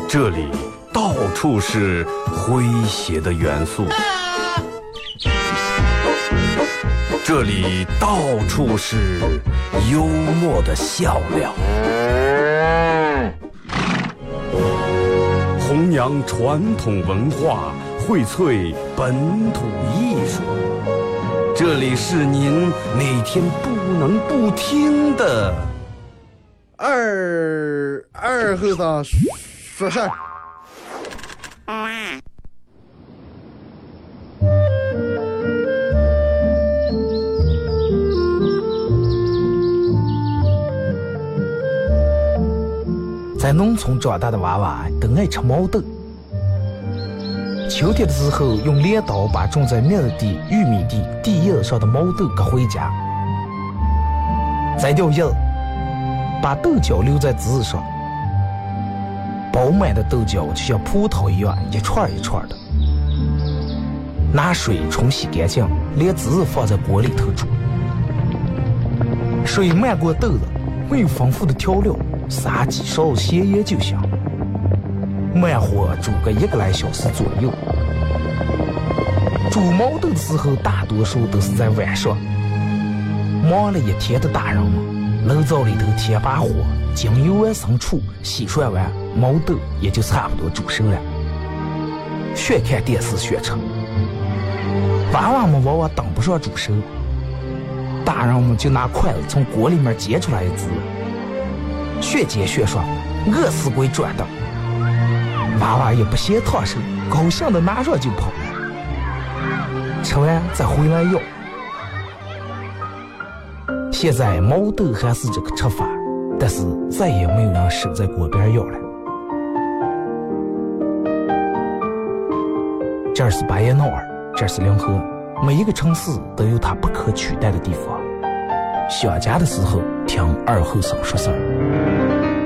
这里到处是诙谐的元素，这里到处是幽默的笑料，弘扬传统文化，荟萃本土艺术。这里是您每天不能不听的二后生说事儿。 在农村长大的娃娃都爱吃毛豆。秋天的时候，用镰刀把种在麦地、玉米地地叶上的毛豆割回家，摘掉叶，把豆角留在枝上。饱满的豆角就像葡萄一样，一串一串的。拿水冲洗干净，连籽放在锅里头煮。水漫过豆子，没有丰富的调料，撒几勺咸盐就行。慢火煮个1个来小时左右。煮毛豆的时候，大多数都是在晚上。忙了一天的大人们，炉灶里头添把火，将油完生出，洗涮完，毛豆也就差不多煮熟了。学看电视学成，娃娃们往往等不上煮熟，大人们就拿筷子从锅里面接出来一只，学煎学涮，饿死鬼转的。娃娃也不嫌烫手，高兴的拿上就跑，吃完再回来要。现在毛豆还是这个吃法，但是再也没有人守在锅边要了。这儿是巴彦淖尔，这儿是临河，每一个城市都有它不可取代的地方。想家的时候听二后生说事儿。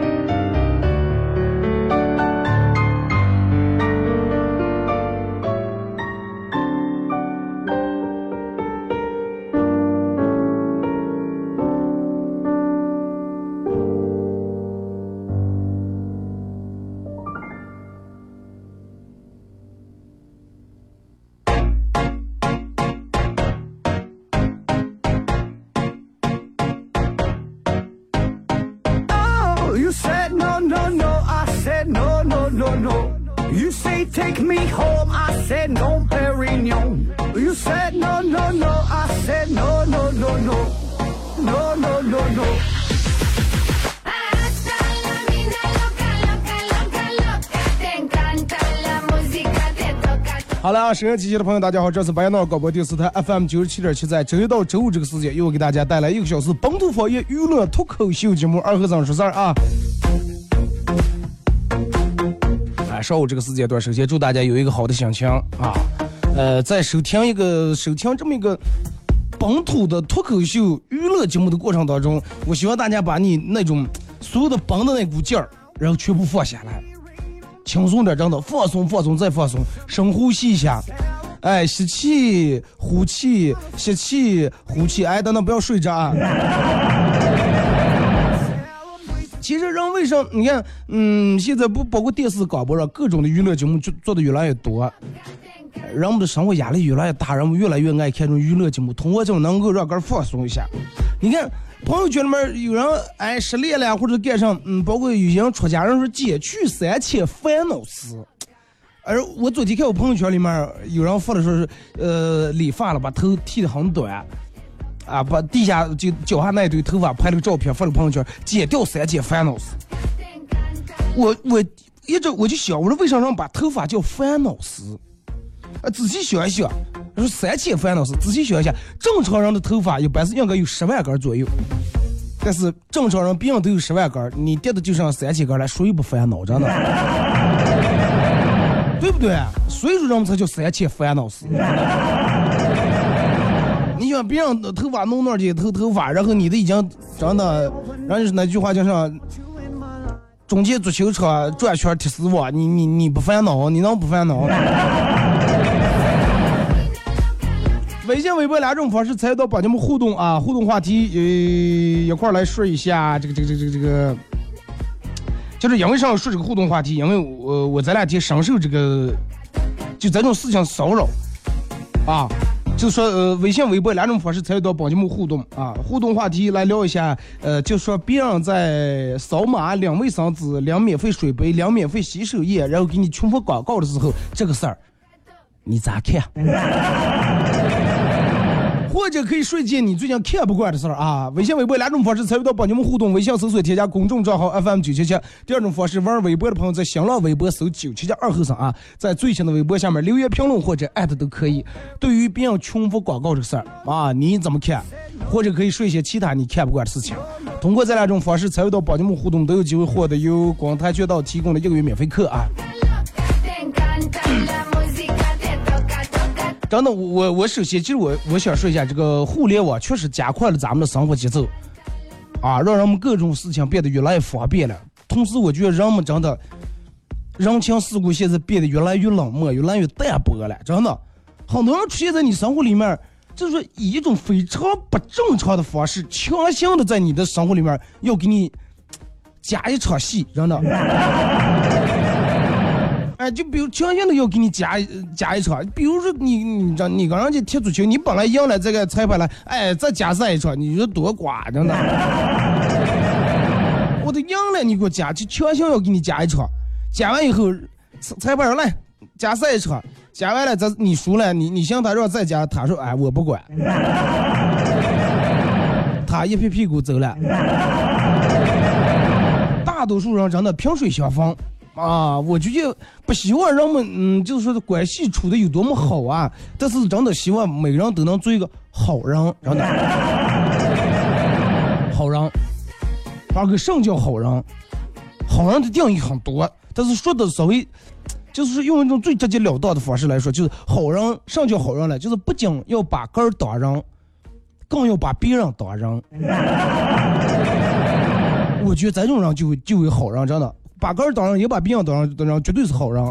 You say take me home, I said no, Perignon. You said no, no, no, I said no, no, no, no, no, no, no, no. 好了啊，收音机前的朋友大家好，这是白闹广播电视台 FM 97.7，在周一到周五这个时间，又给大家带来1个小时本土方言娱乐脱口秀节目二和尚说事儿啊。上午这个时间段，首先祝大家有一个好的心情啊！在收听这么一个本土的脱口秀娱乐节目的过程当中，我希望大家把你那种所有的绷的那股劲儿，然后全部放下来，轻松点，真的放松放松再放松，深呼吸一下，哎，吸气呼气，吸气呼气，哎，等等不要睡着啊！其实人为什么你看，现在不包括电视广播上各种的娱乐节目就做的越来越多，人们的生活压力越来越大，人们越来越爱看这种娱乐节目，通过这种能够让个人放松一下。你看朋友圈里面有人失恋了或者干上，包括有些人出家人说减去3000烦恼丝。而我昨天看我朋友圈里面有人发的说是理发了，把头剃得很短。啊，把地下就脚下那一堆头发拍了个照片，发了朋友圈，剪掉3000烦恼丝。我一直我就想，我说为啥让把头发叫烦恼丝？仔细想一想，说3000烦恼丝，仔细想一下，正常人的头发一般是应该有10万根左右，但是正常人别人都有10万根，你跌的就剩3000根来，属于不烦恼，真的，对不对？所以说人们才叫3000烦恼丝。你想别人的头发弄那去头发，然后你的已经真的，然后那句话叫上中间足球场转圈踢死我，你不烦恼，你能不烦恼？微信微博2种方式参与到把节目互动啊，互动话题一块来说一下这个就是因为上说这个互动话题，因为我这两天深受这个就这种事情骚扰啊，就是说微信微博两种方式参与到帮节目互动啊，互动话题来聊一下，就说别人在扫码领卫生纸、领免费水杯、领免费洗手液，然后给你重复广告的时候，这个事儿你咋看？或者可以说一件你最近看不惯的事儿啊！微信微博两种方式参与到帮节目互动，微信搜索添加公众账号 FM977。第二种方式，玩微博的朋友在新浪微博搜977后生啊，在最新的微博下面留言评论或者艾特都可以。对于别人重复广告这个事儿啊，你怎么看？或者可以说一些其他你看不惯的事情。通过这两种方式参与到帮节目互动，都有机会获得由广泰渠道提供的1个月免费课啊！真的，我首先，其实我想说一下，这个互联网确实加快了咱们的生活节奏，啊，让人们各种事情变得越来越方便了。同时，我觉得人们真的人情世故现在变得越来越冷漠，越来越淡薄了。真的，很多人出现在你生活里面，就是说以一种非常不正常的方式，强行的在你的生活里面要给你加一场戏，真的。哎，就比如强行的要给你加一场，比如说你跟人家踢足球，你本来赢了这个裁判了，哎，再加赛一场，你说多瓜真的。我都赢了，你给我加，就强行要给你加一场，加完以后，裁判说来加赛一场，加完了你输了，你向他让再加，他说哎我不管，他一屁股走了。大多数人真的萍水相逢。啊，我就不希望人们就是说关系处的有多么好啊，但是真的希望每个人都能做一个好人，真的好人。而个什么叫好人？好人的定义很多，但是说的稍微就是用一种最直截了当的方式来说，就是好人，什么叫好人呢？就是不仅要把个人当人，更要把别人当人。我觉得这种人就为好人，真的。把个人当人也把别人当人，绝对是好人。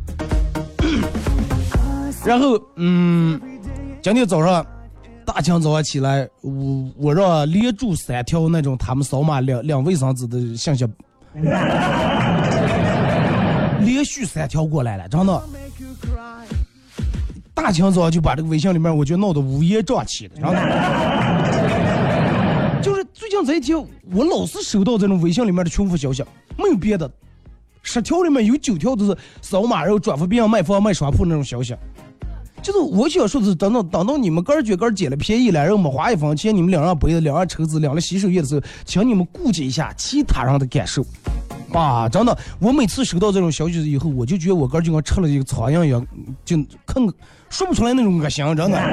然后今天早上大清早上起来，我让连住3条那种他们扫码两卫生纸的信息，连续3条过来了，真的。大清早就把这个微信里面我就闹得乌烟瘴气的，真的。就是最近这一天，我老是收到这种微信里面的重复消息，没有别的。10条里面有9条都是扫码然后转发别人卖房卖商铺那种消息，就是我想说的是，等到你们个人觉得捡了便宜了，然后没花1分钱，你们两人杯子、两人抽子、两人洗手液的时候，请你们顾及一下其他人的感受。啊，真的，我每次收到这种消息以后，我就觉得我个人就跟吃了一个苍蝇一样，就说不出来那种恶心，真的。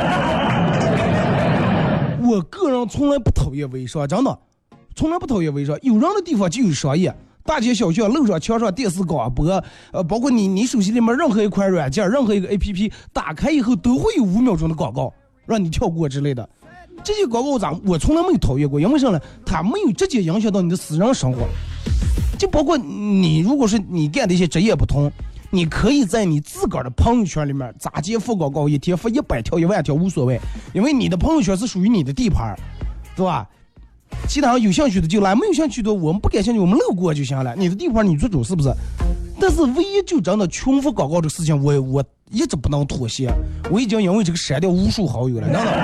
我个人从来不讨厌微商，真的，从来不讨厌微商。有人的地方就有商业。大街小巷、路上、墙上、电视广播，包括你手机里面任何一款软件、任何一个 APP 打开以后，都会有5秒钟的广告，让你跳过之类的。这些广告我从来没有讨厌过，因为什么呢？它没有直接影响到你的私人生活。就包括你，如果是你干的一些职业不同，你可以在你自个儿的朋友圈里面咋接发广告，一天发100条、1万条无所谓，因为你的朋友圈是属于你的地盘，对吧？其他人有兴趣的就来，没有兴趣的我们不感兴趣，我们路过就行了。你的地盘你做主是不是？但是唯一就真的重复广告这个事情，我一直不能妥协。我已经因为这个删掉无数好友了，真的，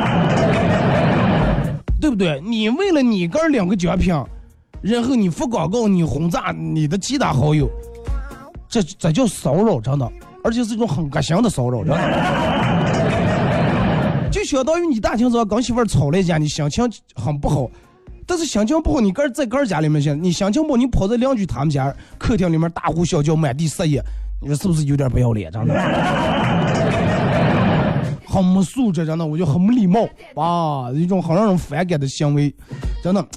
对不对？你为了你哥2个奖品，然后你发广告，你轰炸你的其他好友，这叫骚扰，真的，而且是一种很恶心的骚扰，真的。就相当于你大清早跟媳妇吵了一架，你心情很不好。但是心情不好，你在哥家里面去，你心情不好，你跑在邻居他们家客厅里面大呼小叫，满地撒野，你说是不是有点不要脸？真的，很没素质，真的，我就很没礼貌啊，一种很让人反感的行为，真的。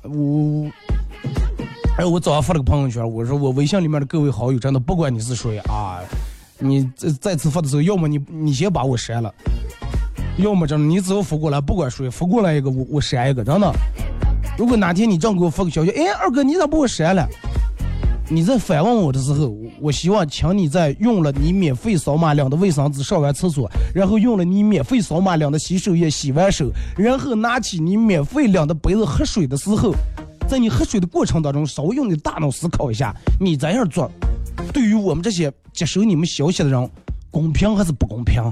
我早上发了个朋友圈，我说我微信里面的各位好友，真的不管你是谁啊，你再次发的时候，要么你先把我删了，要么真的你只要发过来，不管谁发过来一个，我删一个，真的。如果哪天你正给我发个消息，哎，二哥你咋把我删了？你在反问我的时候，我希望请你在用了你免费扫码领的卫生纸上完厕所，然后用了你免费扫码领的洗手液洗完手，然后拿起你免费领的杯子喝水的时候， 在你喝水的过程当中，稍微用你的大脑思考一下，你这样做，对于我们这些接收你们消息的人，公平还是不公平？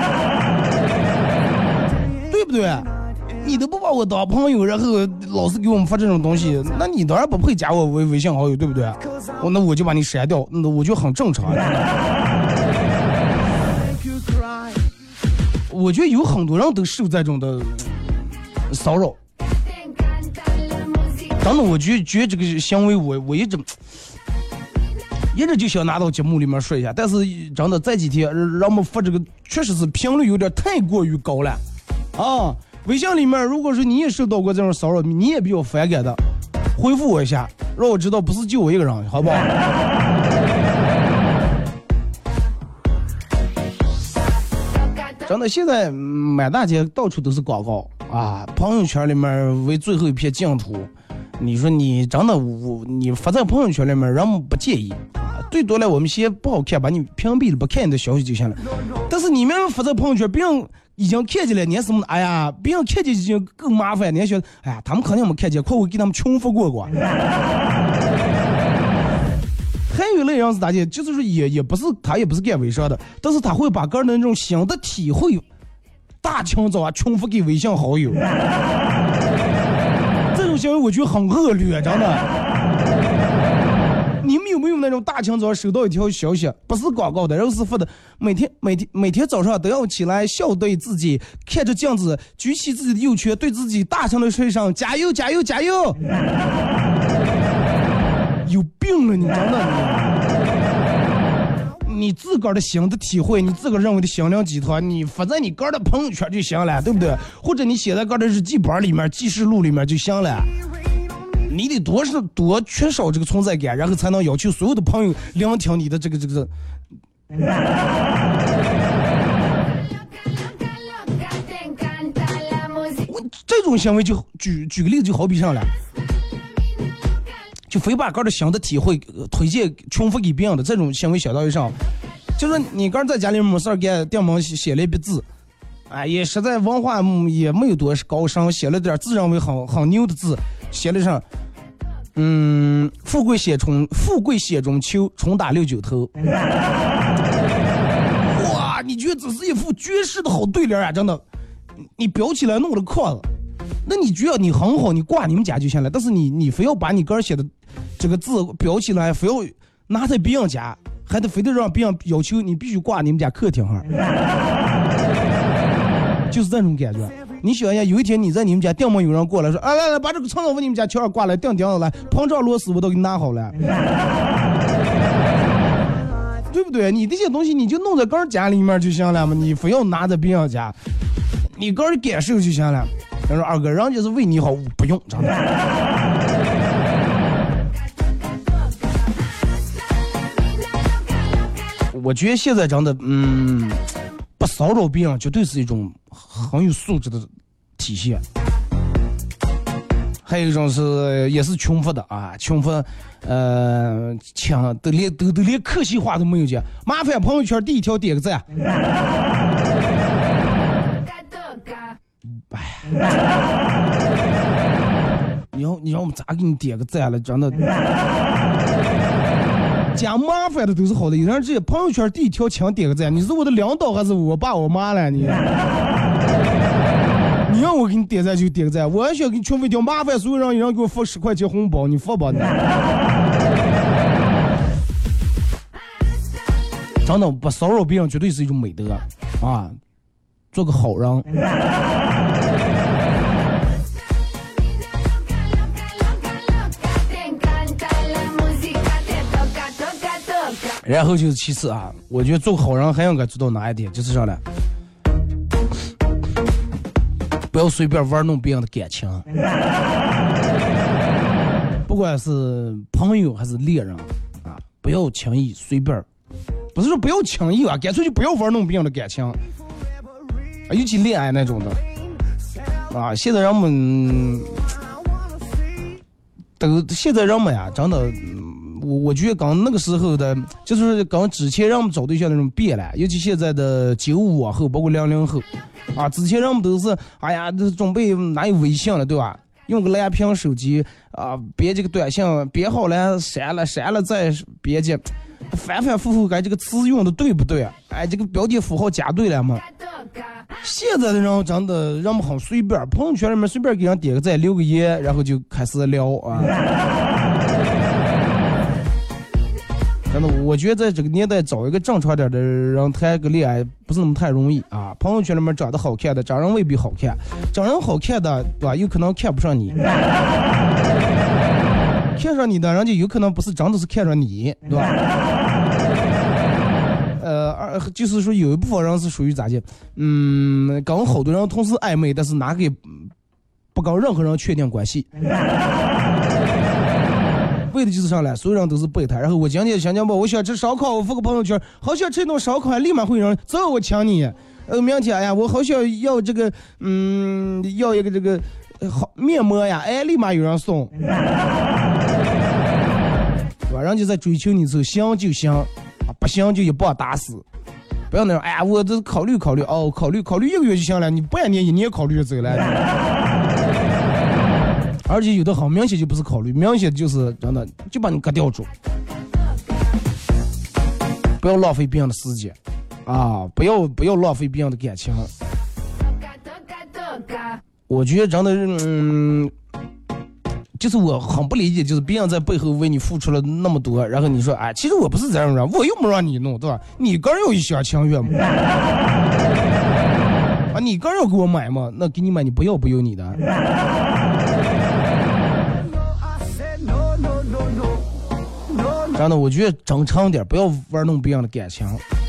对不对？你都不把我当朋友，然后老是给我们发这种东西，那你当然不配加我微信好友，对不对？那我就把你删掉，那我就很正常。我觉得有很多人都受这种的骚扰。真的，我觉得这个行为我一直就想拿到节目里面说一下，但是真的这几天让我们发这个确实是频率有点太过于高了啊！微信里面如果说你也受到过这种骚扰，你也比较反感的，回复我一下，让我知道不是就我一个人，好不好？真的，现在满大街到处都是广告啊，朋友圈里面为最后一片净土。你说你真的你发在朋友圈里面，人们不介意啊，最多了我们先不好看，把你屏蔽了，不看你的消息就行了。但是你们发在朋友圈，别人已经看见了，你什么？哎呀，别人看见已经更麻烦，你还说，哎呀，他们肯定没看见，快我给他们重复过。还有类人是咋的？就是说也不是他也不是干微商的，但是他会把个人的那种新的体会，大清早啊重复给微信好友。这种行为我觉得很恶劣，真的。你们有没有那种大清早收到一条消息，不是广告的，然后是发的，每天早上都要起来笑对自己，看着镜子，举起自己的右拳，对自己大声的说一声加油加油加油。有病了你，真的你自个儿的新的体会，你自个儿认为的心灵鸡汤，你发在你个人的朋友圈就行了，对不对？或者你写在个人的日记本里面、记事录里面就行了。你得多缺少这个存在感，然后才能要求所有的朋友聆听你的这个。这种行为就举个例子，就好比上了。就非把个的新的体会推荐重复给别人的这种行为小道理上，就是你刚在家里没事给电门写了一笔字，哎，也实在文化也没有多高尚，写了点自认为很牛的字，写了上，富贵险中求，重打69头。哇，你觉得这是一副绝世的好对联啊！真的，你裱起来弄了框子。那你觉得你很好，你挂你们家就行了，但是你非要把你个人写的这个字裱起来，非要拿在别人家，还得非得让别人要求你必须挂你们家客厅上，就是这种感觉。你想一下，有一天你在你们家电门有人过来说，来把这个窗子往你们家墙上挂来，钉子来，膨胀螺丝我都给你拿好了，对不对？你这些东西你就弄在个人家里面就行了嘛，你非要拿在别人家，你个人感受就行了。他说二哥，人家是为你好，不用，真的。我觉得现在真的，不骚扰别人，绝对是一种很有素质的体现。还有一种是，也是穷富的啊，穷富，抢都连客气话都没有讲，麻烦朋友圈第一条点个赞。你让我们咋给你点个赞了？真的，讲麻烦的都是好的。有人直接朋友圈第一条请点个赞，你是我的领导还是我爸我妈了？你让我给你点赞就点个赞，我还想给你全费掉麻烦，所有人有人给我发10块钱红包，你发吧你。真的不骚扰别人绝对是一种美德啊，做个好人。然后就是其次啊，我觉得做个好人还应该做到哪一点，就是上来不要随便玩弄别人的感情，不管是朋友还是恋人啊，不要轻易随便，不是说不要轻易啊，干脆就不要玩弄别人的感情，尤其恋爱那种的啊。现在人们呀，真的。我觉得刚那个时候的，就是刚之前让我们找对象那种变了，尤其现在的95后，包括00后，啊，之前让我们都是，哎呀，都准备哪有微信了，对吧？ 用个蓝屏手机啊，别这个短信别好了删了再别这，反复复改这个词用的对不对啊？哎，这个标点符号加对了吗？现在的人真的人们很随便，朋友圈里面随便给人点个赞留个言，然后就开始聊啊。真的，我觉得在这个年代找一个正常点的人谈个恋爱不是那么太容易啊。朋友圈里面长得好看的，长人未必好看，长人好看的，对吧？有可能看不上你，看上你的人就有可能不是真的是看上你，对吧？就是说有一部分人是属于咋的？跟好多人同时暧昧，但是哪个也不跟任何人确定关系。为的就是上来，所有人都是备胎。然后我今天想我想吃烧烤，我发个朋友圈，好想吃一顿烧烤，立马会有人走，我抢你。明天哎呀，我好想要这个，要一个这个好面膜呀，哎，立马有人送，对吧？人家在追求你的时候，行就行，不行就一棒打死。不要那种，哎呀，我这考虑哦，考虑1个月就行了，你半年1年考虑就走了。而且有的好明显就不是考虑，明显就是真的就把你割掉住，不要浪费别人的时间啊！不要浪费别人的感情。我觉得真的，就是我很不理解，就是别人在背后为你付出了那么多，然后你说，哎，其实我不是这样人，我又没让你弄，对吧？你个人有一厢情愿吗？啊，你个人要给我买吗？那给你买，你不要你的。真的，我觉得正常点，不要玩弄别人的感情。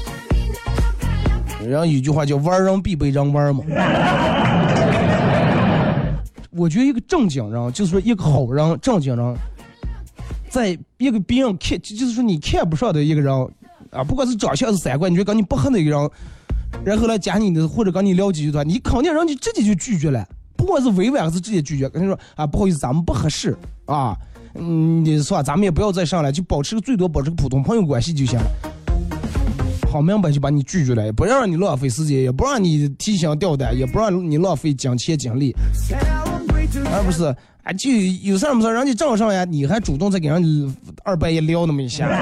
然后有句话叫“玩人必被人玩”嘛。我觉得一个正经人，就是说一个好人、正经人，在一个别人看，就是说你看不上的一个人啊，不管是长相是三观，你觉得跟你不合的一个人，然后来加你的或者跟你聊几句的，你肯定人家直接就拒绝了，不管是委婉还是直接拒绝，跟你说啊，不好意思，咱们不合适啊。你说咱们也不要再上来，就最多保持个普通朋友关系就行了。好明白就把你拒绝了，也不让你浪费时间，也不让你提心吊胆，也不让你浪费金钱精力，而不是啊，就有事没事人家正上呀，你还主动再给人家200也撩那么一下。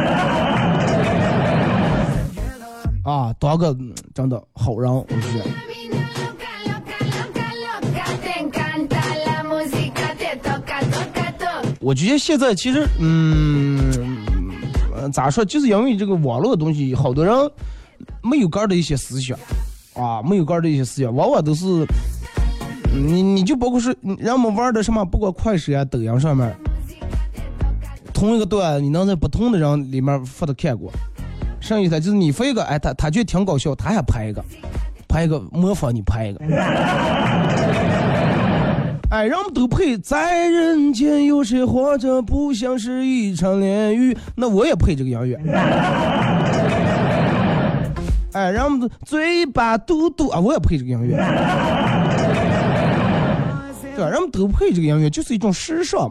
啊，当个真的好人，我觉得。我觉得现在其实，咋说，就是因为这个网络的东西，好多人没有根的一些思想，啊，没有根的一些思想，往往都是，你就包括是人们玩的什么，不管快手啊、抖音上面，同一个段，你能在不同的人里面发的看过，剩下的就是你发一个，哎，他觉得挺搞笑，他还拍一个模仿你拍一个。哎，人们都配在人间有谁活着不像是一场炼狱，那我也配这个音乐。哎，人们嘴巴嘟嘟啊，我也配这个音乐。对吧？人们都配这个音乐，就是一种时尚。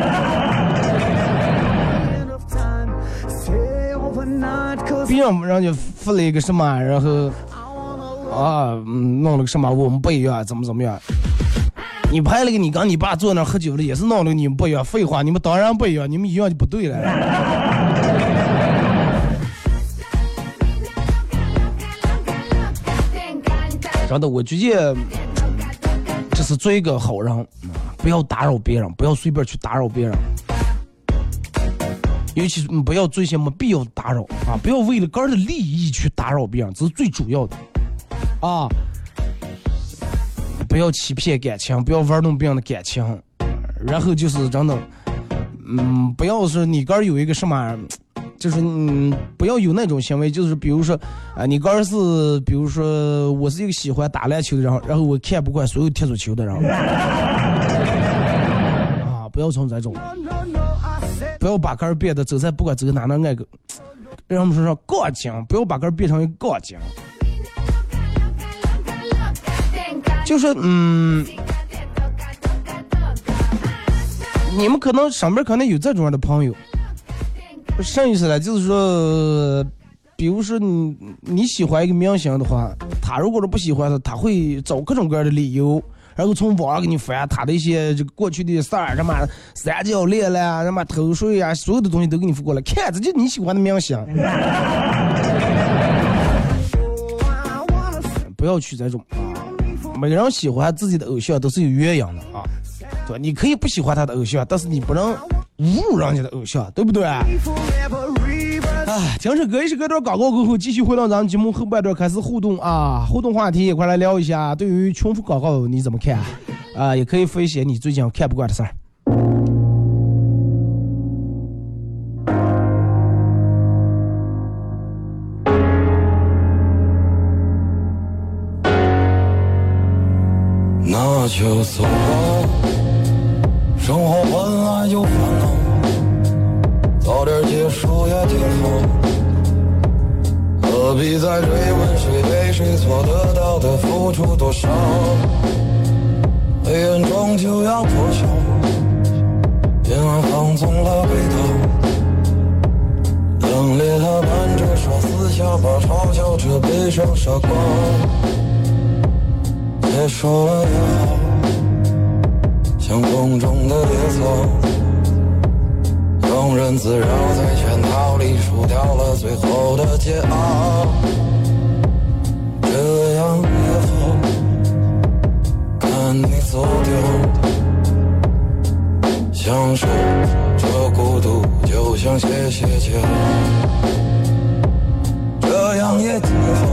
别人家发了一个什么，然后啊，弄了个什么我们不一样，怎么样。你拍了个你跟你爸坐那喝酒的也是弄了个你们不一样，废话，你们当然不一样，你们一样就不对了。真的，我觉得这是做一个好人，不要打扰别人，不要随便去打扰别人，尤其是不要做一些没必要的打扰啊，不要为了个人的利益去打扰别人，这是最主要的啊。不要欺骗感情，不要玩弄别人的感情，然后就是真的，不要是你个人有一个什么，就是不要有那种行为，就是比如说啊，你个人是，比如说我是一个喜欢打篮球的人，然后我看不惯所有踢足球的人，啊，不要从这种，不要把个人变得走在不管走哪那个，让他们说杠精，不要把个人变成一个杠精。就是你们可能上边可能有这种样的朋友，剩下来就是说，比如说你喜欢一个明星的话，他如果是不喜欢的，他会找各种各样的理由， 然后从网上给你翻他的一些这个过去的事儿，什么三角恋啦，什么偷税啊，所有的东西都给你发过来，看着就你喜欢的明星。不要去这种啊！每个人喜欢自己的偶像都是有原因的啊，对吧？你可以不喜欢他的偶像，但是你不能侮辱人家的偶像，对不对？哎，听首歌，一首歌段广告过后，继续回到咱们节目后半段开始互动啊！互动话题也快来聊一下，对于重复广告你怎么看啊？也可以分析你最近看不惯的事儿。 那就走吧，生活本来就烦恼，早点结束也挺好，何必再追问谁对谁错，得到的付出多少，黑暗终究要破晓，夜晚放纵了轨道，冷冽的伴着说撕下吧，嘲笑着悲伤傻瓜，别说了也好，像风中的野草，庸人自扰在圈套里输掉了最后的桀骜，这样也好，看你走掉，享受这孤独就像歇歇脚，这样也挺好，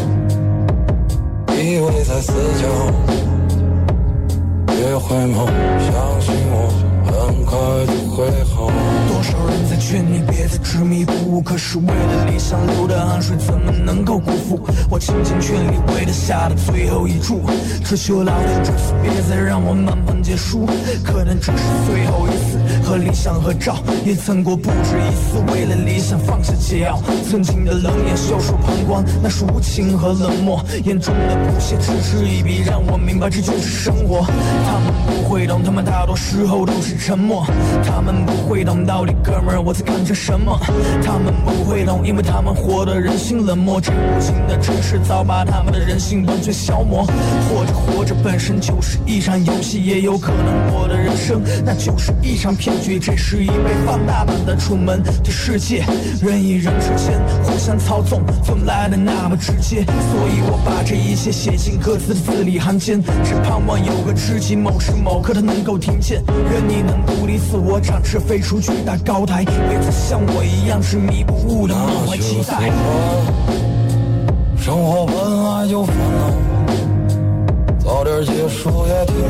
依偎在死角，别回眸，相信我，很快就会好。 多少人在劝你别再执迷不悟，可是为了理想流的汗水怎么能够辜负？我倾尽全力为了下的最后一注，只求老天这次别再让我慢慢结束。可能这是最后一次和理想合照，也曾过不止一次为了理想放下桀骜。曾经的冷眼袖手旁观，那是无情和冷漠，眼中的不屑嗤之以鼻，让我明白这就是生活。他们不会懂，他们大多时候都是沉默，他们不会懂到底哥们儿我在干着什么，他们不会懂，因为他们活得人心冷漠，这无情的城市早把他们的人性完全消磨。活着本身就是一场游戏，也有可能我的人生那就是一场骗局，这是一被放大版的楚门的世界，人与人之间互相操纵，从来的那么直接，所以我把这一切写进歌词的字里行间，只盼望有个知己某时某刻他能够听见，愿你能独立自我展翅飞出巨大高台，别再像我一样执迷不悟的满怀期待。 生活本来就烦恼，早点结束也挺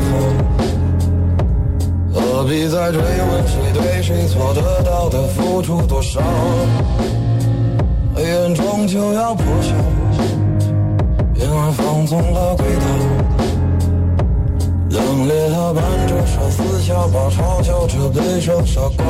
好，何必再追问谁对谁错，得到的付出多少，黑暗终究要破晓，夜晚放纵了轨道，冷冽的伴着说撕下吧，嘲笑着悲伤傻瓜，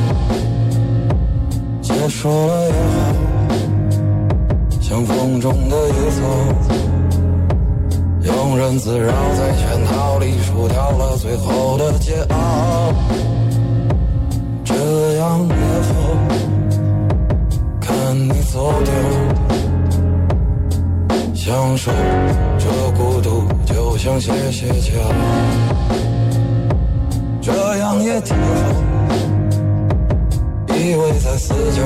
结束了也好，像风中的野草，庸人自扰在圈套里输掉了最后的桀骜，这样也好，看你走掉，享受这孤独就像歇歇脚，这样也挺好，依偎在死角，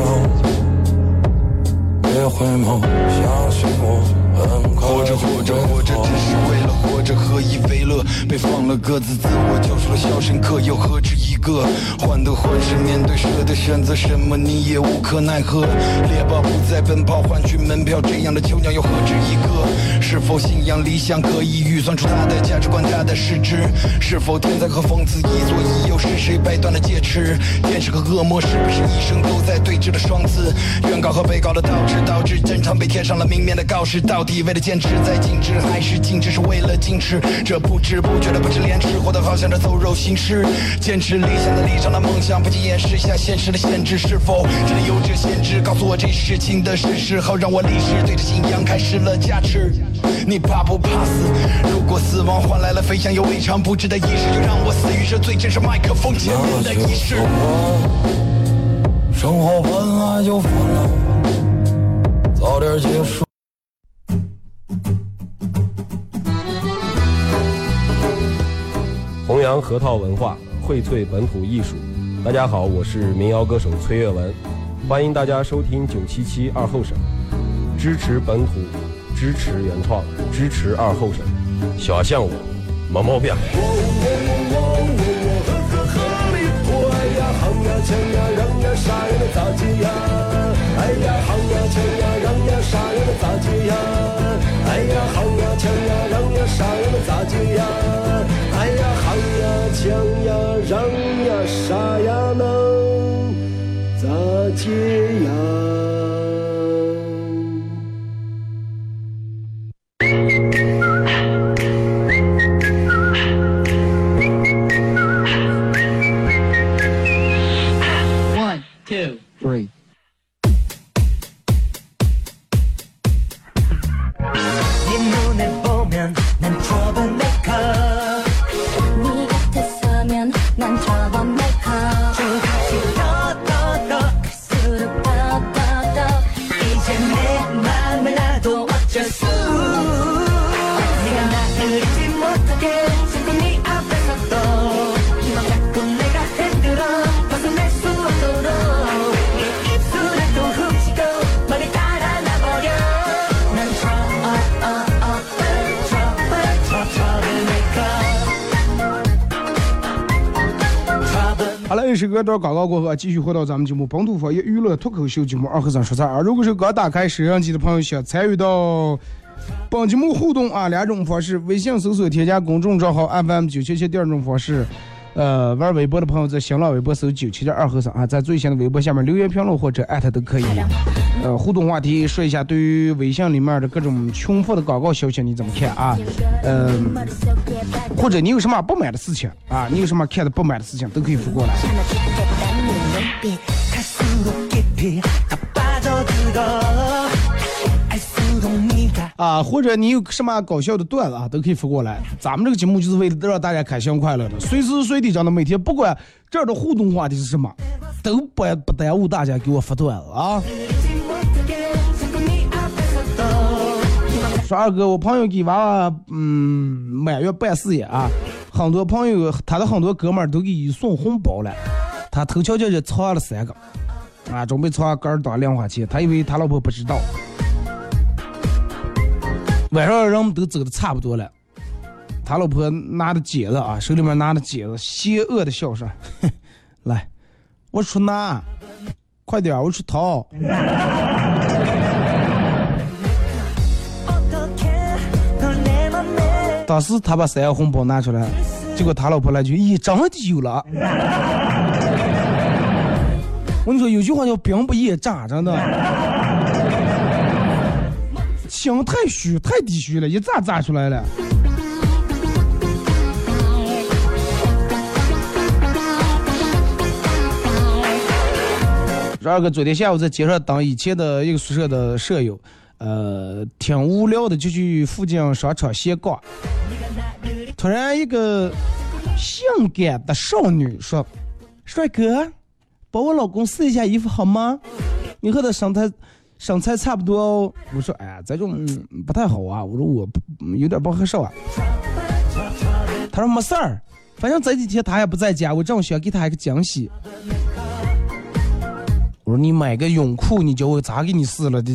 别回眸，相信我，很快活着只是为了活着，何以为乐？被放了鸽子，自我救赎了肖申克，又何止一个？患得患失，面对蛇的选择，什么你也无可奈何。猎豹不再奔跑，换取门票，这样的囚鸟又何止一个？是否信仰理想可以预算出它的价值观，它的实质？是否天才和讽刺，一左一右，是谁掰断了戒尺？天使和恶魔是不是一生都在对峙的双子？原告和被告的倒置，导致正常被贴上了明面的告示，到底为了坚持在静止，还是静止是为了矜持？这不知不觉的不知廉耻，活得好像这走肉行尸，坚持理想的立场的梦想，不仅掩饰下现实的限制，是否真的有这限制？告诉我这事情的事实，好让我立誓对着信仰开始了加持。你怕不怕死？如果死亡换来了飞翔又未尝不值的仪式，就让我死于这最真实麦克风前面的仪式。 生活本来就烦恼，早点结束。 扬核桃文化，荟萃本土艺术。大家好，我是民谣歌手崔月文，欢迎大家收听977二后生，支持本土，支持原创，支持二后生，小像我，没毛病。夯呀锵呀让呀啥呀的咋接呀？哎呀夯呀锵呀让呀啥呀的咋接呀？哎呀夯呀锵呀让呀啥呀的咋接呀？哎呀夯呀锵呀让呀啥呀能咋接呀 ？One, two, three. 好了，时隔段广告过后，继续回到咱们节目本土方言娱乐脱口秀节目二和尚说菜啊。如果是刚打开摄像机的朋友，想参与到本节目互动啊，两种方式：微信搜索添加公众账号 FM977，第二种方式，玩微博的朋友在新浪微博搜977二和尚啊，在最新的微博下面留言评论或者艾特都可以。互动话题说一下，对于微信里面的各种重复的广告消息你怎么看啊？或者你有什么不满的事情啊？你有什么看的不满的事情都可以发过来。啊，或者你有什么搞笑的段子啊，都可以发过来。咱们这个节目就是为了让大家开心快乐的，随时随地真的每天不管这儿的互动话题是什么，都不耽误大家给我发段子啊。说二哥，我朋友给娃娃满月办事业啊，很多朋友他的很多哥们儿都给送红包了，他头悄悄就藏了3个啊，准备藏根儿当零花钱，他以为他老婆不知道。晚上人们都走的差不多了，他老婆拿着戒指啊，手里面拿着戒指，邪恶的笑说：“来，我出拿，快点，我出掏。”当时他把3个红包拿出来，结果他老婆来句：“咦，真的有了！”我跟你说，有句话叫“兵不厌诈”，真的。心太虚，太低虚了，一炸出来了。12个昨天下午在街上等以前的一个宿舍的舍友，挺无聊的，就去附近商场闲逛。突然一个性感的少女说：“帅哥，帮我老公试一下衣服好吗？你和他身材差不多哦。”我说：“哎呀，这种不太好啊。”我说：“我有点不合适啊。”他说：“没事儿，反正这几天他也不在家，我正想给他一个惊喜。”我说：“你买个泳裤，你叫我咋给你试了？”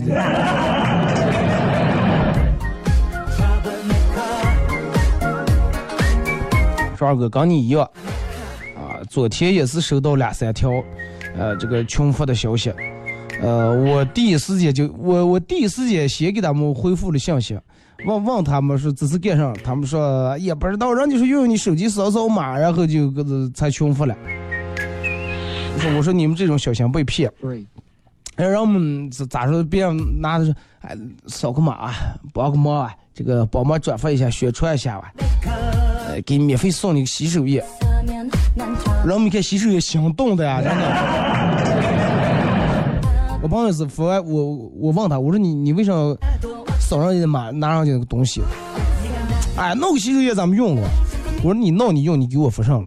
说二哥跟你一样啊，昨天也是收到2-3条这个群发的消息。我第一时间先给他们回复了信息，问他们说这是干啥，他们说也不知道，人就是用你手机扫码，然后就才群发了。我说你们这种小心被骗，让我们咋说，别人拿的是哎扫个码帮个忙啊，这个帮忙转发一下宣传一下吧，给你免费送你个洗手液，让我们看洗手液心动的呀，真的。我朋友是服完我问他，我说你为什么扫上去的码拿上去那个东西？哎，那个洗手液咱们用过。我说你弄你用，你给我附上了。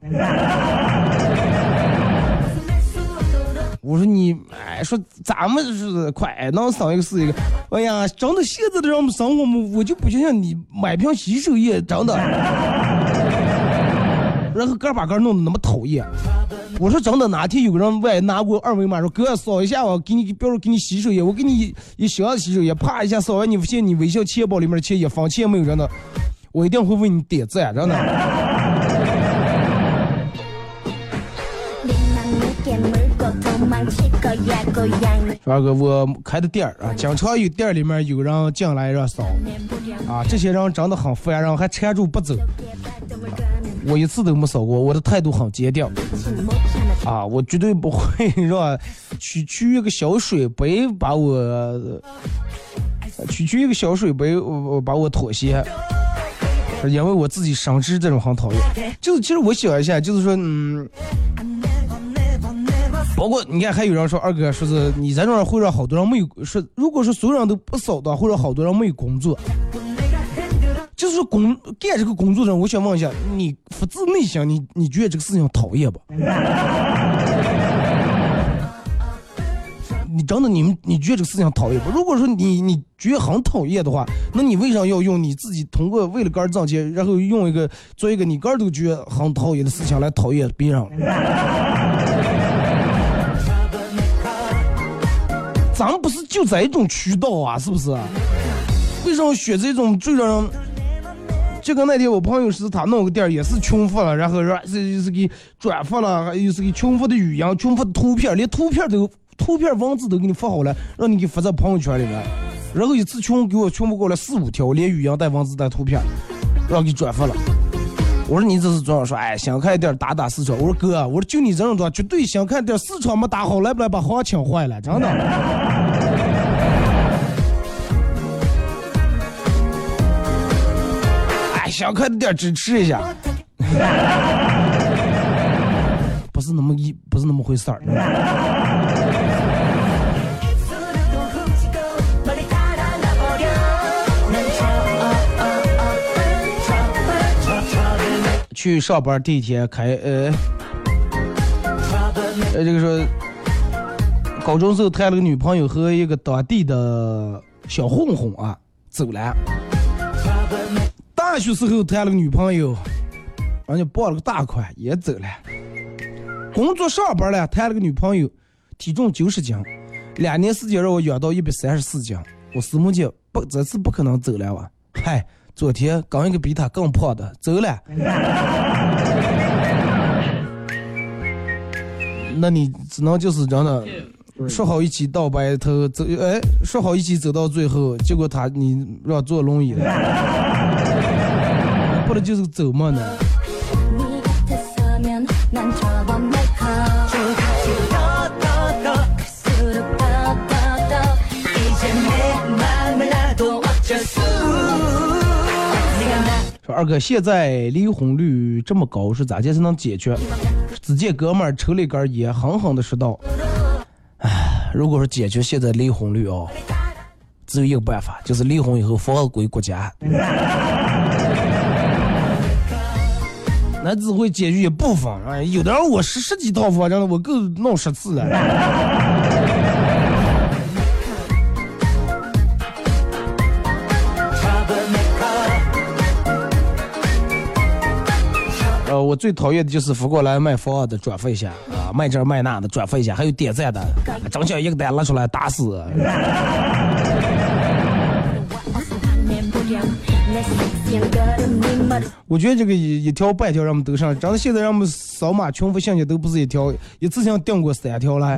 我说你哎，说咱们是快能扫一个是一个。哎呀，真的现在的人们生活我就不相信你买瓶洗手液真的。 然后把弄得那么讨厌。我说真的，哪天有个人外拿过2维码说哥扫一下我给你，比如说给你洗手液，我给你一箱洗手液，啪一下扫完你发现你微笑钱包里面的钱1分钱没有人的，我一定会为你点赞，真的。二哥，我开的店啊，经常有店里面有人进来让扫啊，这些人真的很烦，然后还缠住不走。我一次都没扫过，我的态度很坚定啊，我绝对不会让区一个小水杯把我区一个小水杯把我妥协，因为我自己深知这种很讨厌。就是其实我想一下，就是说包括你看还有人说二哥说是你这种人会让好多人没有说，如果说所有人都不扫的话，会让好多人没有工作。就是干这个工作的人，我想问一下，你发自内心，你觉得这个事情讨厌不？你真的你觉得这个事情讨厌不？如果说你觉得很讨厌的话，那你为啥要用你自己通过为了个挣钱，然后用做一个你个都觉得很讨厌的事情来讨厌别人？咱们不是就在一种渠道啊，是不是？为什么选这种最让人？就跟那天我朋友是他弄个店也是穷富了，然后是给转发了，又是给穷富的语言、穷富的图片，连图片文字都给你发好了，让你给发在朋友圈里面。然后一次给我穷富过来4、5条，连语言带文字带图片，让给转发了。我说你这是这样说，哎，想开店打4场。我说哥，我说就你这种的，绝对想开店4场没打好，来不来把行情坏了，真的。想开的店支持一下，不是那么回事儿。去上班第一天这个说高中时候谈了个女朋友和一个当地的小混混啊走了。大学时候谈了个女朋友，人家报了个大款也走了。工作上班了，谈了个女朋友，体重90斤，2年时间让我养到134斤。我私募姐这次不可能走了吧？嗨，昨天刚一个比他更胖的走了。那你只能就是真的说好一起到白头走，说好一起走到最后，结果你让坐轮椅了。不能就是走嘛呢？说二哥，现在离婚率这么高，是咋件才能解决？只见哥们儿抽了一根烟，狠狠的说道：“哎，如果说解决现在离婚率哦，只有一个办法，就是离婚以后房子归国家。”那只会解决一部分，哎，有的人我十几套房，真的我够弄10次了。我最讨厌的就是扶过来卖房的转发一下啊，卖这卖那的转发一下，还有点赞的，整小一个单拉出来打死。我觉得这个一条半条让我们都上，真的现在让我们扫码穷富信息都不是一次性订过3条了。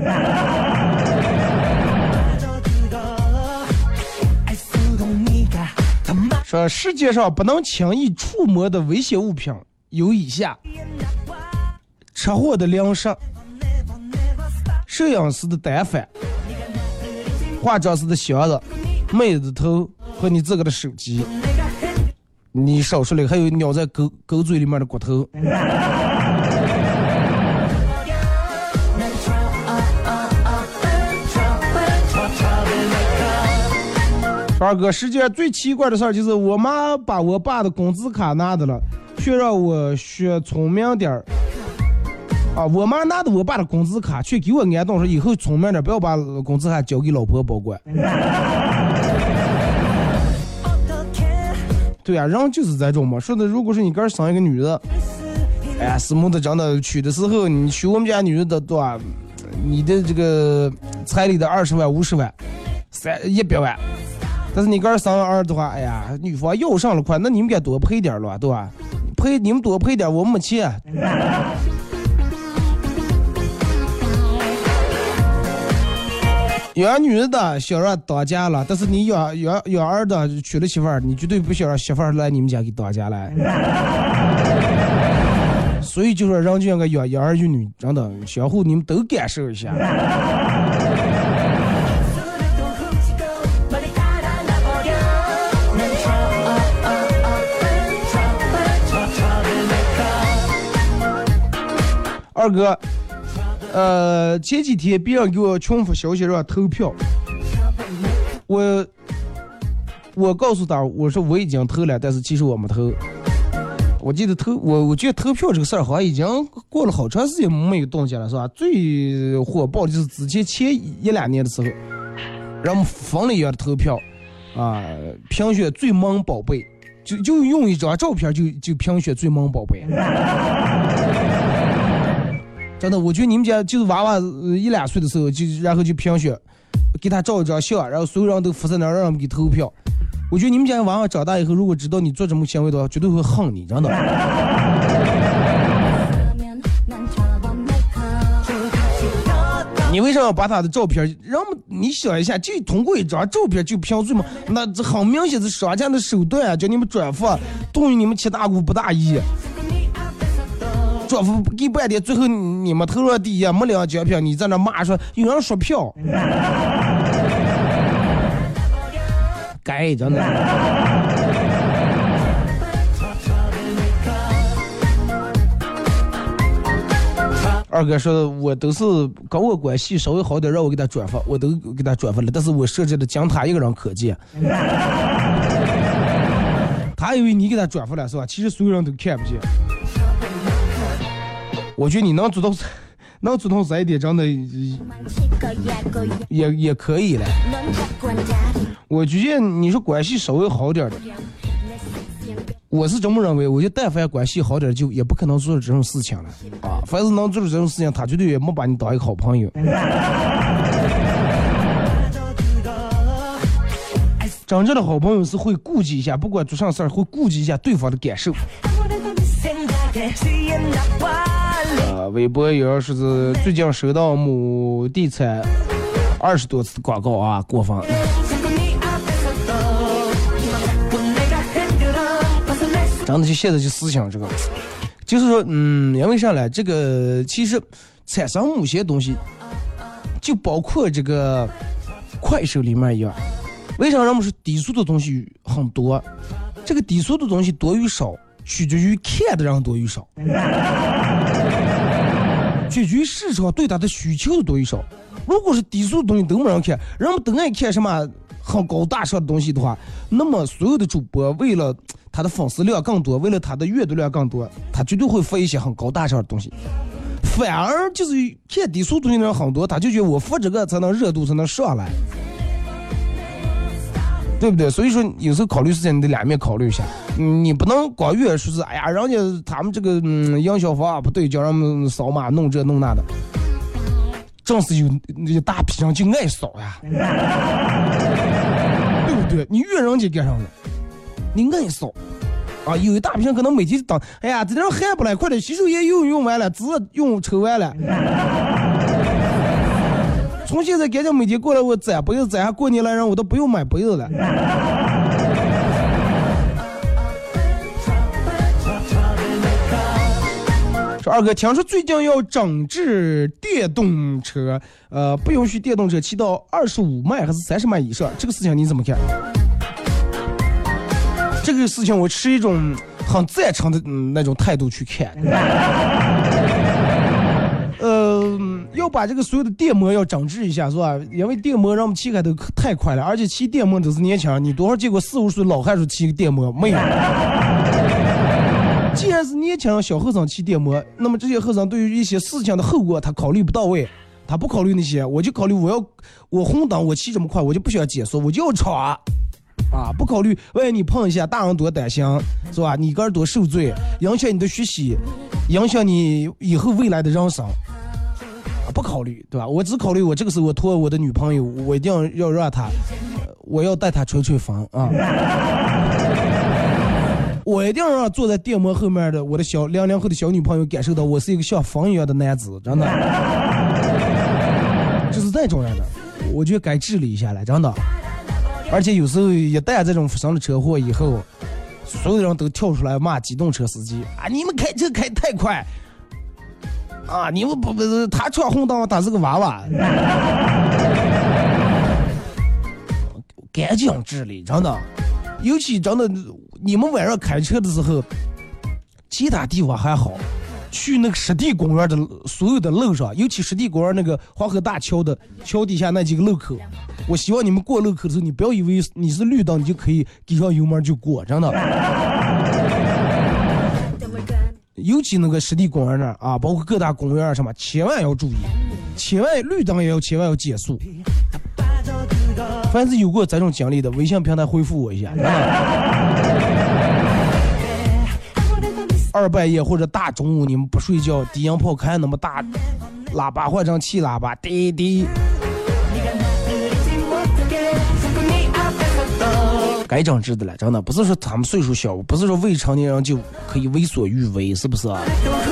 说世界上不能轻易触摸的危险物品有以下：车祸的铃声、摄影师的单反、化妆师的箱子、妹子的头和你自个的手机。你少说了，还有咬在狗嘴里面的骨头。二哥，世界上最奇怪的事儿就是我妈把我爸的工资卡拿的了，却让我学聪明点儿。啊，我妈拿的我爸的工资卡，却给我安顿说以后聪明点，不要把工资卡交给老婆保管。对啊，人就是这种嘛。说的，如果是你哥生一个女的， 哎呀，思慕的真的娶的时候，你娶我们家女人的多少？你的这个彩礼的20万、50万、100万，但是你刚生儿的话，哎呀，女方又上了块，那你们该多赔点了，对吧？你们多赔点，我们没钱。养女儿的想让当家了，但是你养儿的娶了媳妇儿，你绝对不想让媳妇儿来你们家给当家来。所以就说人就应该养儿育女，真的相互你们都感受一下。二哥，前几天别人给我群发消息让投票，我告诉他，我说我已经投了，但是其实我没投。我记得我觉得投票这个事儿好像已经过了好长时间没有动静了，是吧？最火爆的就是之前1-2年的时候，让我们疯了一样的投票啊，评选最萌宝贝，就用一张照片就评选最萌宝贝。真的，我觉得你们家就是娃娃1-2岁的时候，然后就评选，给他照一张相，然后所有人都附在那儿让我们给投票。我觉得你们家娃娃长大以后，如果知道你做这么行为的话，绝对会恨你，真的。你为什么要把他的照片让你想一下，就通过一张照片就评罪吗？那这很明显是商家的手段啊，叫你们转发，动用你们七大姑八大姨。转发给半天，最后你们投了第一，没领奖票，你在那骂说有人刷票，该真的。二哥说我都是跟我关系稍微好点，让我给他转发，我都给他转发了，但是我设置的将他一个人可见。他以为你给他转发了是吧？其实所有人都看不见。我觉得你能主动这一点，真的也可以了。我觉得你说关系稍微好点的，我是这么认为。我觉得但凡关系好点，就也不可能做这种事情了啊！凡是能做这种事情，他绝对也没把你当一个好朋友。真正的好朋友是会顾及一下，不管做上事儿会顾及一下对方的感受。微博有人说是最近收到某地产20多次广告啊，过分。真的就现在就思想这个，就是说，因为啥呢？这个其实产生某些东西，就包括这个快手里面一样。为啥人们说低俗的东西很多？这个低俗的东西多与少，取决于看的人多与少。取决于市场对它的需求的多与少。如果是低俗的东西都没人看，人们都爱看什么很高大上的东西的话，那么所有的主播为了他的粉丝量更多，为了他的阅读量更多，他绝对会发一些很高大上的东西。反而就是看低俗东西的人很多，他就觉得我发这个才能热度才能上来，对不对？所以说有时候考虑事情你得两面考虑一下，你不能光越说是哎呀，人家他们这个营销方法不对，叫人们扫码弄这弄那的，正是有大批人就爱扫呀，对不对？你越人家干上了，你爱扫啊，有一大批人可能每天当哎呀，这人还不来，快点洗手液用完了，纸抽完了。从现在赶紧每天过来我攒杯子，攒下过年来人我都不用买杯子了。说二哥，听说最近要整治电动车，不允许电动车骑到25迈还是30迈以上，这个事情你怎么看？这个事情我持一种很赞成的那种态度去看。要把这个所有的电摩要整治一下，是吧？因为电摩让我们骑开都太快了，而且骑电摩都是年轻人，你多少见过40-50岁老汉说骑个电摩没有？既然是年轻人小后生骑电摩，那么这些后生对于一些事情的后果他考虑不到位，他不考虑那些，我就考虑我红灯我骑这么快，我就不需要减速，我就要闯啊！不考虑万一你碰一下大人多担心，是吧？你个人多受罪，影响你的学习。 影响你以后未来的人生，不考虑，对吧？我只考虑我这个时候我托我的女朋友，我一定要让她，我要带她吹吹风啊。我一定要让坐在电摩后面的我的00后的小女朋友感受到我是一个像风一样的男子，真的，就是这种人的，我觉得该治理一下来，真的。而且有时候一旦这种发生了车祸以后，所有人都跳出来骂机动车司机啊！你们开车开太快啊！你们不他闯红灯，他是个娃娃。赶紧治理，真的。尤其真的，你们晚上开车的时候，其他地方还好，去那个湿地公园的所有的路上，尤其湿地公园那个黄河大桥的桥底下那几个路口，我希望你们过路口的时候，你不要以为你是绿灯你就可以给上油门就过，真的。尤其那个湿地公园那儿啊，包括各大公园什么，千万要注意，千万绿灯也要千万要减速。凡是有过这种经历的，微信平台回复我一下。二半夜或者大中午你们不睡觉，低音炮开那么大，喇叭换成气喇叭，滴滴。该整治的了，真的不是说他们岁数小，不是说未成年人就可以为所欲为，是不是啊？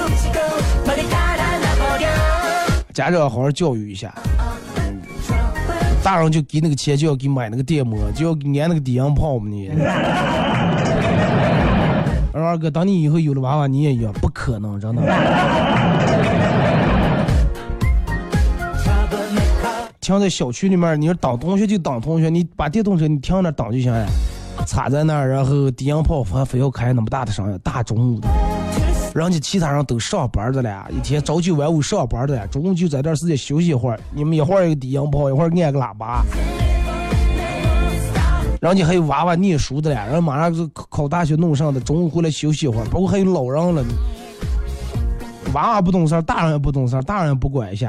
家长好好教育一下。大人就给那个钱，就要给买那个电摩，就要给安那个低音炮嘛你。二哥，当你以后有了娃娃，你也一样，不可能，真的。停在小区里面，你说挡同学就挡同学，你把电动车你停那挡就行了，插在那儿，然后低音炮非要开那么大的声音，大中午的。人家其他人都上班的了，一天朝9晚5上班的了，中午就在这儿时间休息一会儿，你们一会儿一个低音炮，一会儿按个喇叭。人家还有娃娃念书的了，然后马上就考大学弄上的，中午回来休息一会儿，包括还有老人了，娃娃不懂事，大人也不懂事，大人也不管一下。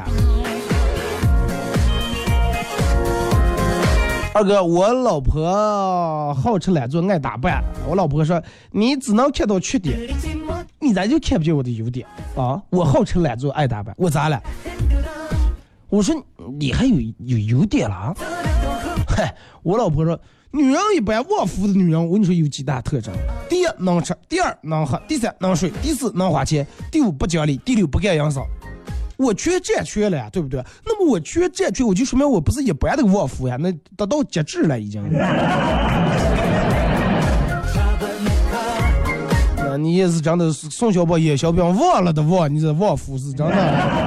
二哥，我老婆好吃懒做爱打扮，我老婆说你只能看到缺点，你咋就看不见我的优点啊？我好吃懒做爱打扮，我咋了？我说你还有优点了啊？嗨，我老婆说女人一般旺夫的女人，我跟你说有几大特征：第一能吃，第二能喝，第三能睡，第四能花钱，第五不讲理，第六不干营生。我缺这缺了呀，对不对？那么我缺这缺，我就说明我不是一般的旺夫呀，那达到极致了已经。那你也是真的宋小宝演小兵忘了的忘，你这旺夫是真的。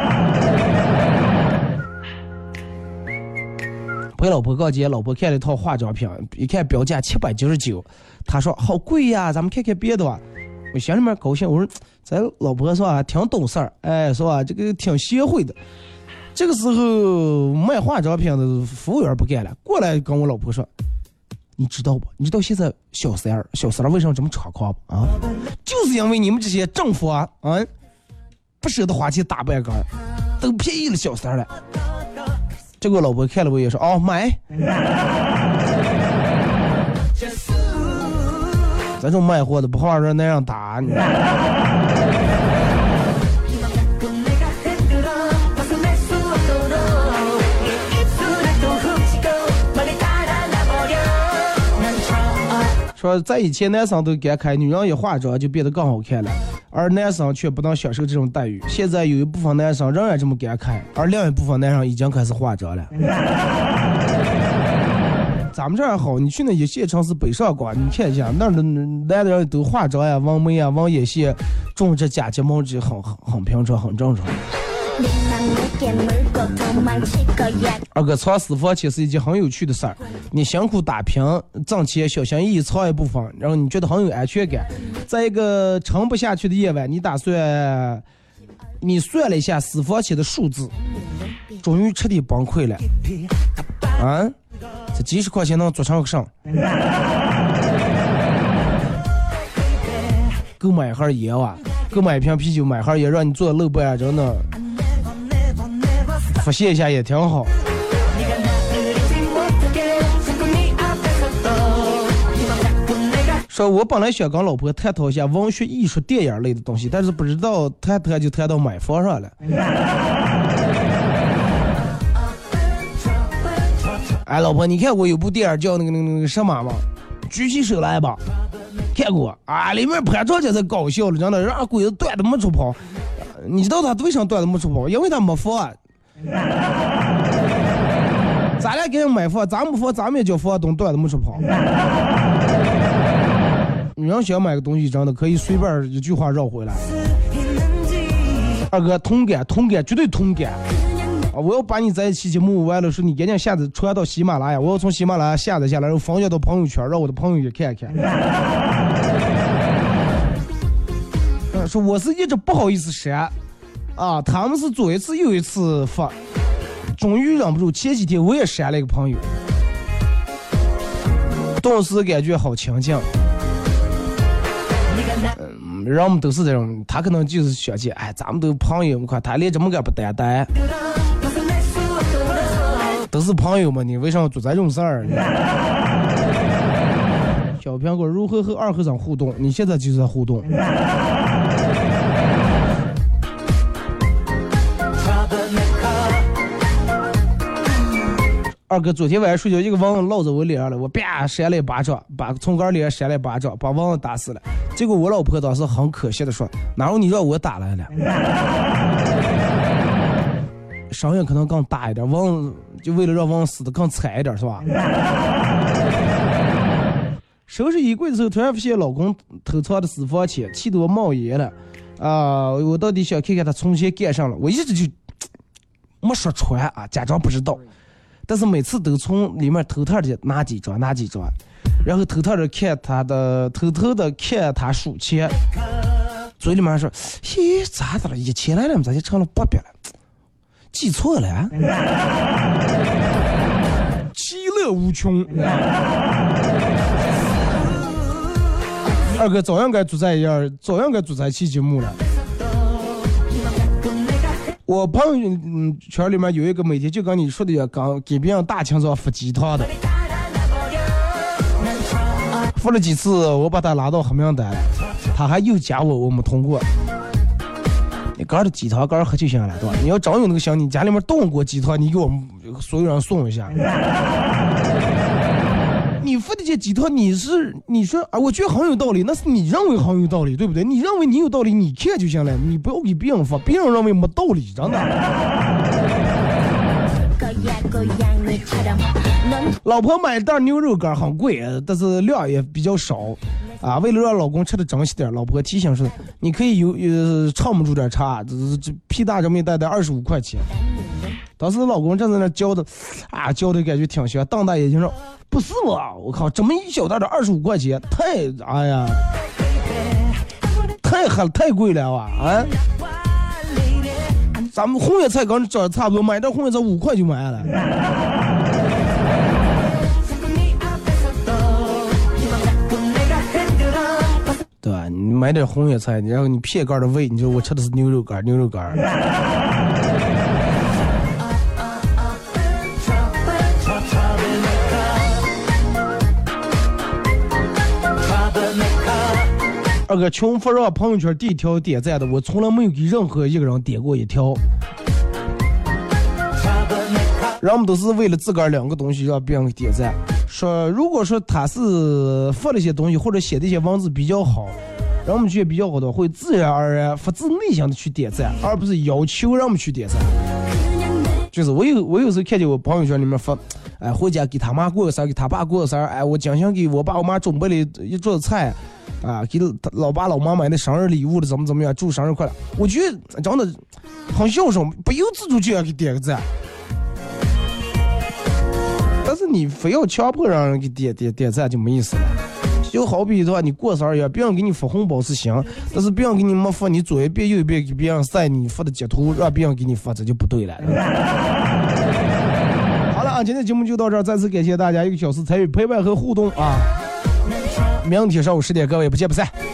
陪老婆逛街，老婆看了一套化妆品，一看标价799，她说好贵呀，咱们看看别的吧。我心里面高兴，我说咱老婆说啊挺懂事儿，哎说啊这个挺贤惠的。这个时候卖化妆品的服务员不干了，过来跟我老婆说，你知道不？你知道现在小三儿为什么这么猖狂不啊？就是因为你们这些政府啊不舍得花钱打扮杆，都便宜了小三了。这个老婆看了我也说哦买。咱这卖货的不好让那样打你。说在以前男生都感慨女人一化妆就变得更好看了，而男生却不能享受这种待遇。现在有一部分男生仍然这么感慨，而另一部分男生已经开始化妆了。咱们这儿好，你去那一线城市北上广，你看一下那儿的男的人都化妆呀、纹眉呀、纹眼线、种这假睫毛，这很平常、很正常。二哥，藏私房钱是一件很有趣的事儿。你辛苦打拼挣钱，小心翼翼藏一部分，然后你觉得很有安全感。在一个撑不下去的夜晚，你算了一下私房钱的数字，终于彻底崩溃了。啊，这几十块钱能做成个啥？够买一盒烟啊，够买一瓶啤酒，买盒烟让你做漏半真的。发泄一下也挺好。 说我本来想跟老婆探讨一下文学、艺术、电影类的东西，但是不知道谈就谈到买房上了。哎，老婆，你看过有部电影叫那个什么吗？举起手来吧，看过啊？里面潘长江才搞笑了，真的让鬼子断的没处跑。你知道他为啥断的没处跑？因为他没房。咱俩给人买房，咱没房，咱们也叫房东断的没处跑。你要想买个东西，真的可以随便一句话绕回来。二哥，同感，绝对同感。我要把你在一起节目完了说，你赶紧下载传到喜马拉雅，我要从喜马拉雅下载下来，然后分享到朋友圈，让我的朋友也看看。说我是一直不好意思删啊，他们是左一次右一次发，终于忍不住，前几天我也删了一个朋友，顿时感觉好强劲。人们都是这种，他可能就是想起，哎，咱们都朋友，看他连这么个不担待。都是朋友嘛，你为什么做这种事儿？小苹果如何和二和尚互动？你现在就是在互动。二哥昨天晚上睡觉，一个蚊子落在我脸上了，我啪扇了一巴掌，把从杆脸扇了一巴掌，把蚊子打死了。结果我老婆当时很可惜的说：“哪有你让我打来了？”声音可能更大一点，蚊就为了让蚊死的更惨一点，是吧？收拾衣柜的时候，突然发现老公偷藏的私房钱，气得我冒烟了。我到底想看看他从前干上了，我一直就没说出来啊，假装不知道。但是每次都从里面偷偷的拿几张，然后偷偷的看他数钱，嘴里面说：“咦，咋的了？1000来了，咋就成了800了？记错了啊！”其乐无穷。二哥早上该做在一期节目了。我朋友圈里面有一个每天就跟你说的也刚给别人大清早发鸡汤的，发了几次我把他拉到黑名单了，他还又加我没通过。你干的鸡汤干喝就行了，对吧？你要真有那个想你家里面冻过鸡汤，你给我们所有人送一下。你发的这鸡汤，你说啊，我觉得很有道理，那是你认为很有道理，对不对？你认为你有道理，你看就行了，你不要给别人发，别人认为没道理，真的。老婆买一袋牛肉干很贵，但是量也比较少啊。为了让老公吃的珍惜点，老婆提醒说，你可以唱不出点茶，这屁大这么一袋得25块钱。当时老公正在那嚼的感觉挺香，瞪大眼睛说：“不是吧？我靠，这么一小袋的25块钱，太贵了啊！咱们红叶菜刚涨差不多，买点红叶菜5块就买了。”对吧？你买点红叶菜，然后你片干的喂，你说我吃的是牛肉干。二哥穷发让朋友圈第一条点赞的，我从来没有给任何一个人点过一条。人们都是为了自个儿2个东西让别人给点赞。说如果说他是发了一些东西或者写的一些文字比较好，让我们觉得比较好的，会自然而然发自内心的去点赞，而不是要求让我们去点赞。就是我有时候看见我朋友圈里面发，哎，回家给他妈过个生日，给他爸过个生日，哎，我精心给我爸我妈准备了一桌子菜，啊，给老爸老妈买的生日礼物的，怎么样，祝生日快乐。我觉得真的很孝顺，不由自主就要给点个赞。但是你非要强迫让人给点赞就没意思了。就好比的话，你过生日别人给你发红包是行，但是别人给你没发，你左一遍右一遍给别人晒你发的截图，让别人给你发，这就不对了。好了啊，今天节目就到这儿，再次感谢大家1个小时参与陪伴和互动啊！明天上午10点，各位不见不散。